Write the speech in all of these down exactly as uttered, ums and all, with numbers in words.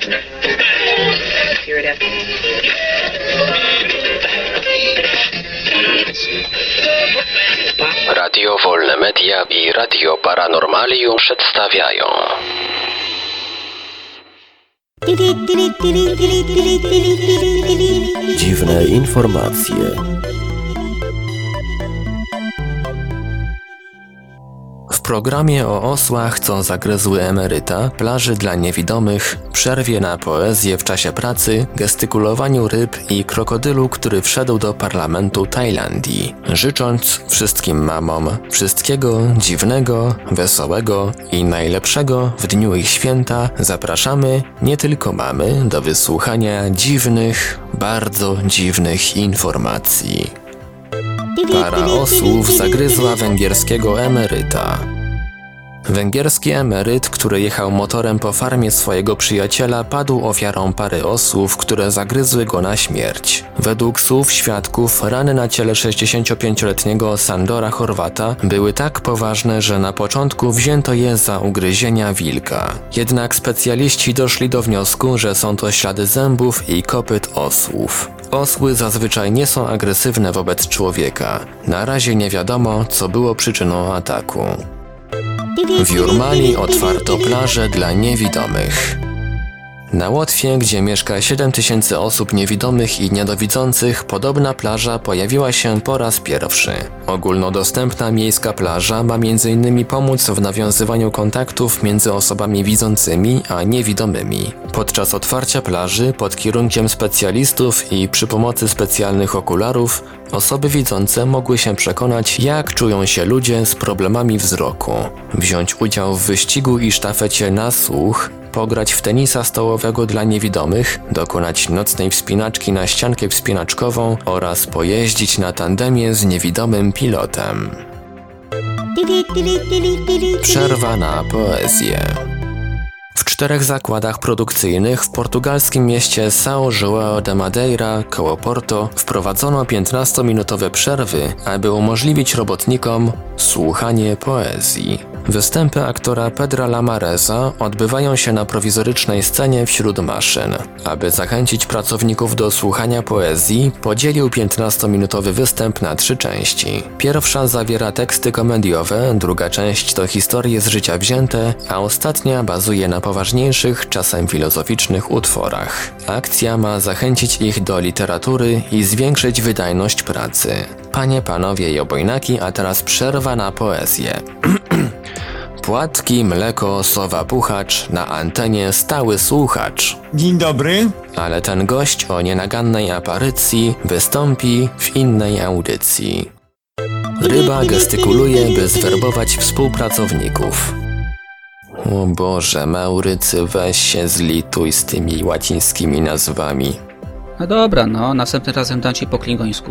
Radio Wolne Media i Radio Paranormalium przedstawiają dziwne informacje. W programie o osłach, co zagryzły emeryta, plaży dla niewidomych, przerwie na poezję w czasie pracy, gestykulowaniu ryb i krokodylu, który wszedł do parlamentu Tajlandii. Życząc wszystkim mamom wszystkiego dziwnego, wesołego i najlepszego w dniu ich święta, zapraszamy nie tylko mamy do wysłuchania dziwnych, bardzo dziwnych informacji. Para osłów zagryzła węgierskiego emeryta. Węgierski emeryt, który jechał motorem po farmie swojego przyjaciela, padł ofiarą pary osłów, które zagryzły go na śmierć. Według słów świadków, rany na ciele sześćdziesięciopięcioletniego Sandora Horvata były tak poważne, że na początku wzięto je za ugryzienia wilka. Jednak specjaliści doszli do wniosku, że są to ślady zębów i kopyt osłów. Osły zazwyczaj nie są agresywne wobec człowieka. Na razie nie wiadomo, co było przyczyną ataku. W Jurmanii otwarto plażę dla niewidomych. Na Łotwie, gdzie mieszka siedem tysięcy osób niewidomych i niedowidzących, podobna plaża pojawiła się po raz pierwszy. Ogólnodostępna miejska plaża ma między innymi pomóc w nawiązywaniu kontaktów między osobami widzącymi a niewidomymi. Podczas otwarcia plaży, pod kierunkiem specjalistów i przy pomocy specjalnych okularów, osoby widzące mogły się przekonać, jak czują się ludzie z problemami wzroku, wziąć udział w wyścigu i sztafecie na słuch, pograć w tenisa stołowego dla niewidomych, dokonać nocnej wspinaczki na ściankę wspinaczkową oraz pojeździć na tandemie z niewidomym pilotem. Przerwa na poezję. W czterech zakładach produkcyjnych w portugalskim mieście São João da Madeira koło Porto wprowadzono piętnastominutowe przerwy, aby umożliwić robotnikom słuchanie poezji. Występy aktora Pedra Lamareza odbywają się na prowizorycznej scenie wśród maszyn. Aby zachęcić pracowników do słuchania poezji, podzielił piętnastominutowy występ na trzy części. Pierwsza zawiera teksty komediowe, druga część to historie z życia wzięte, a ostatnia bazuje na poważniejszych, czasem filozoficznych utworach. Akcja ma zachęcić ich do literatury i zwiększyć wydajność pracy. Panie, panowie i obojnaki, a teraz przerwa na poezję. Płatki, mleko, sowa, puchacz, na antenie stały słuchacz. Dzień dobry. Ale ten gość o nienagannej aparycji wystąpi w innej audycji. Ryba gestykuluje, by zwerbować współpracowników. O Boże, Maurycy, weź się zlituj z tymi łacińskimi nazwami. No dobra, no, następnym razem dam ci po klingońsku.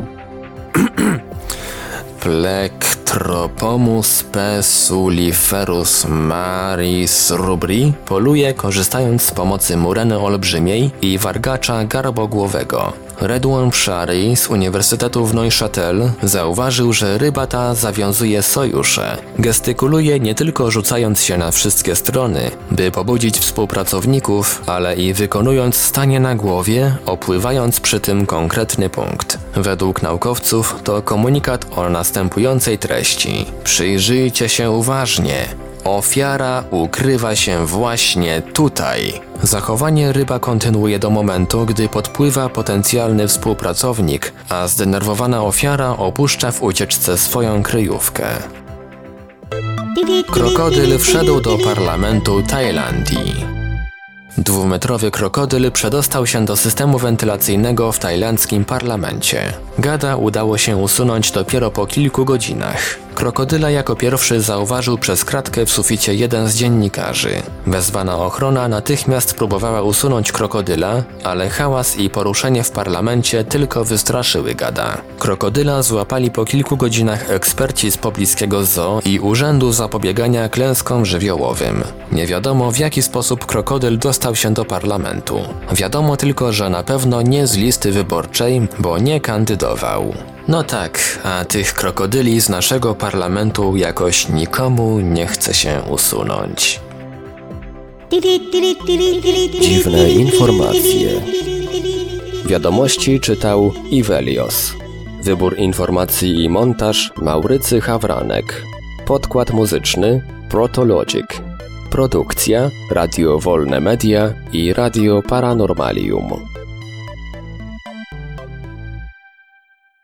Plectropomus pesuliferus maris rubri poluje, korzystając z pomocy mureny olbrzymiej i wargacza garbogłowego. Redouan Shari z Uniwersytetu w Neuchâtel zauważył, że ryba ta zawiązuje sojusze. Gestykuluje nie tylko rzucając się na wszystkie strony, by pobudzić współpracowników, ale i wykonując stanie na głowie, opływając przy tym konkretny punkt. Według naukowców to komunikat o następującej treści. Przyjrzyjcie się uważnie. Ofiara ukrywa się właśnie tutaj. Zachowanie ryba kontynuuje do momentu, gdy podpływa potencjalny współpracownik, a zdenerwowana ofiara opuszcza w ucieczce swoją kryjówkę. Krokodyl wszedł do parlamentu Tajlandii. Dwumetrowy krokodyl przedostał się do systemu wentylacyjnego w tajlandzkim parlamencie. Gada udało się usunąć dopiero po kilku godzinach. Krokodyla jako pierwszy zauważył przez kratkę w suficie jeden z dziennikarzy. Wezwana ochrona natychmiast próbowała usunąć krokodyla, ale hałas i poruszenie w parlamencie tylko wystraszyły gada. Krokodyla złapali po kilku godzinach eksperci z pobliskiego zoo i Urzędu Zapobiegania Klęskom Żywiołowym. Nie wiadomo, w jaki sposób krokodyl dostał się do parlamentu. Wiadomo tylko, że na pewno nie z listy wyborczej, bo nie kandydował. No tak, a tych krokodyli z naszego parlamentu jakoś nikomu nie chce się usunąć. Dziwne informacje. Wiadomości czytał Ivelios. Wybór informacji i montaż Maurycy Hawranek. Podkład muzyczny Protologic. Produkcja Radio Wolne Media i Radio Paranormalium.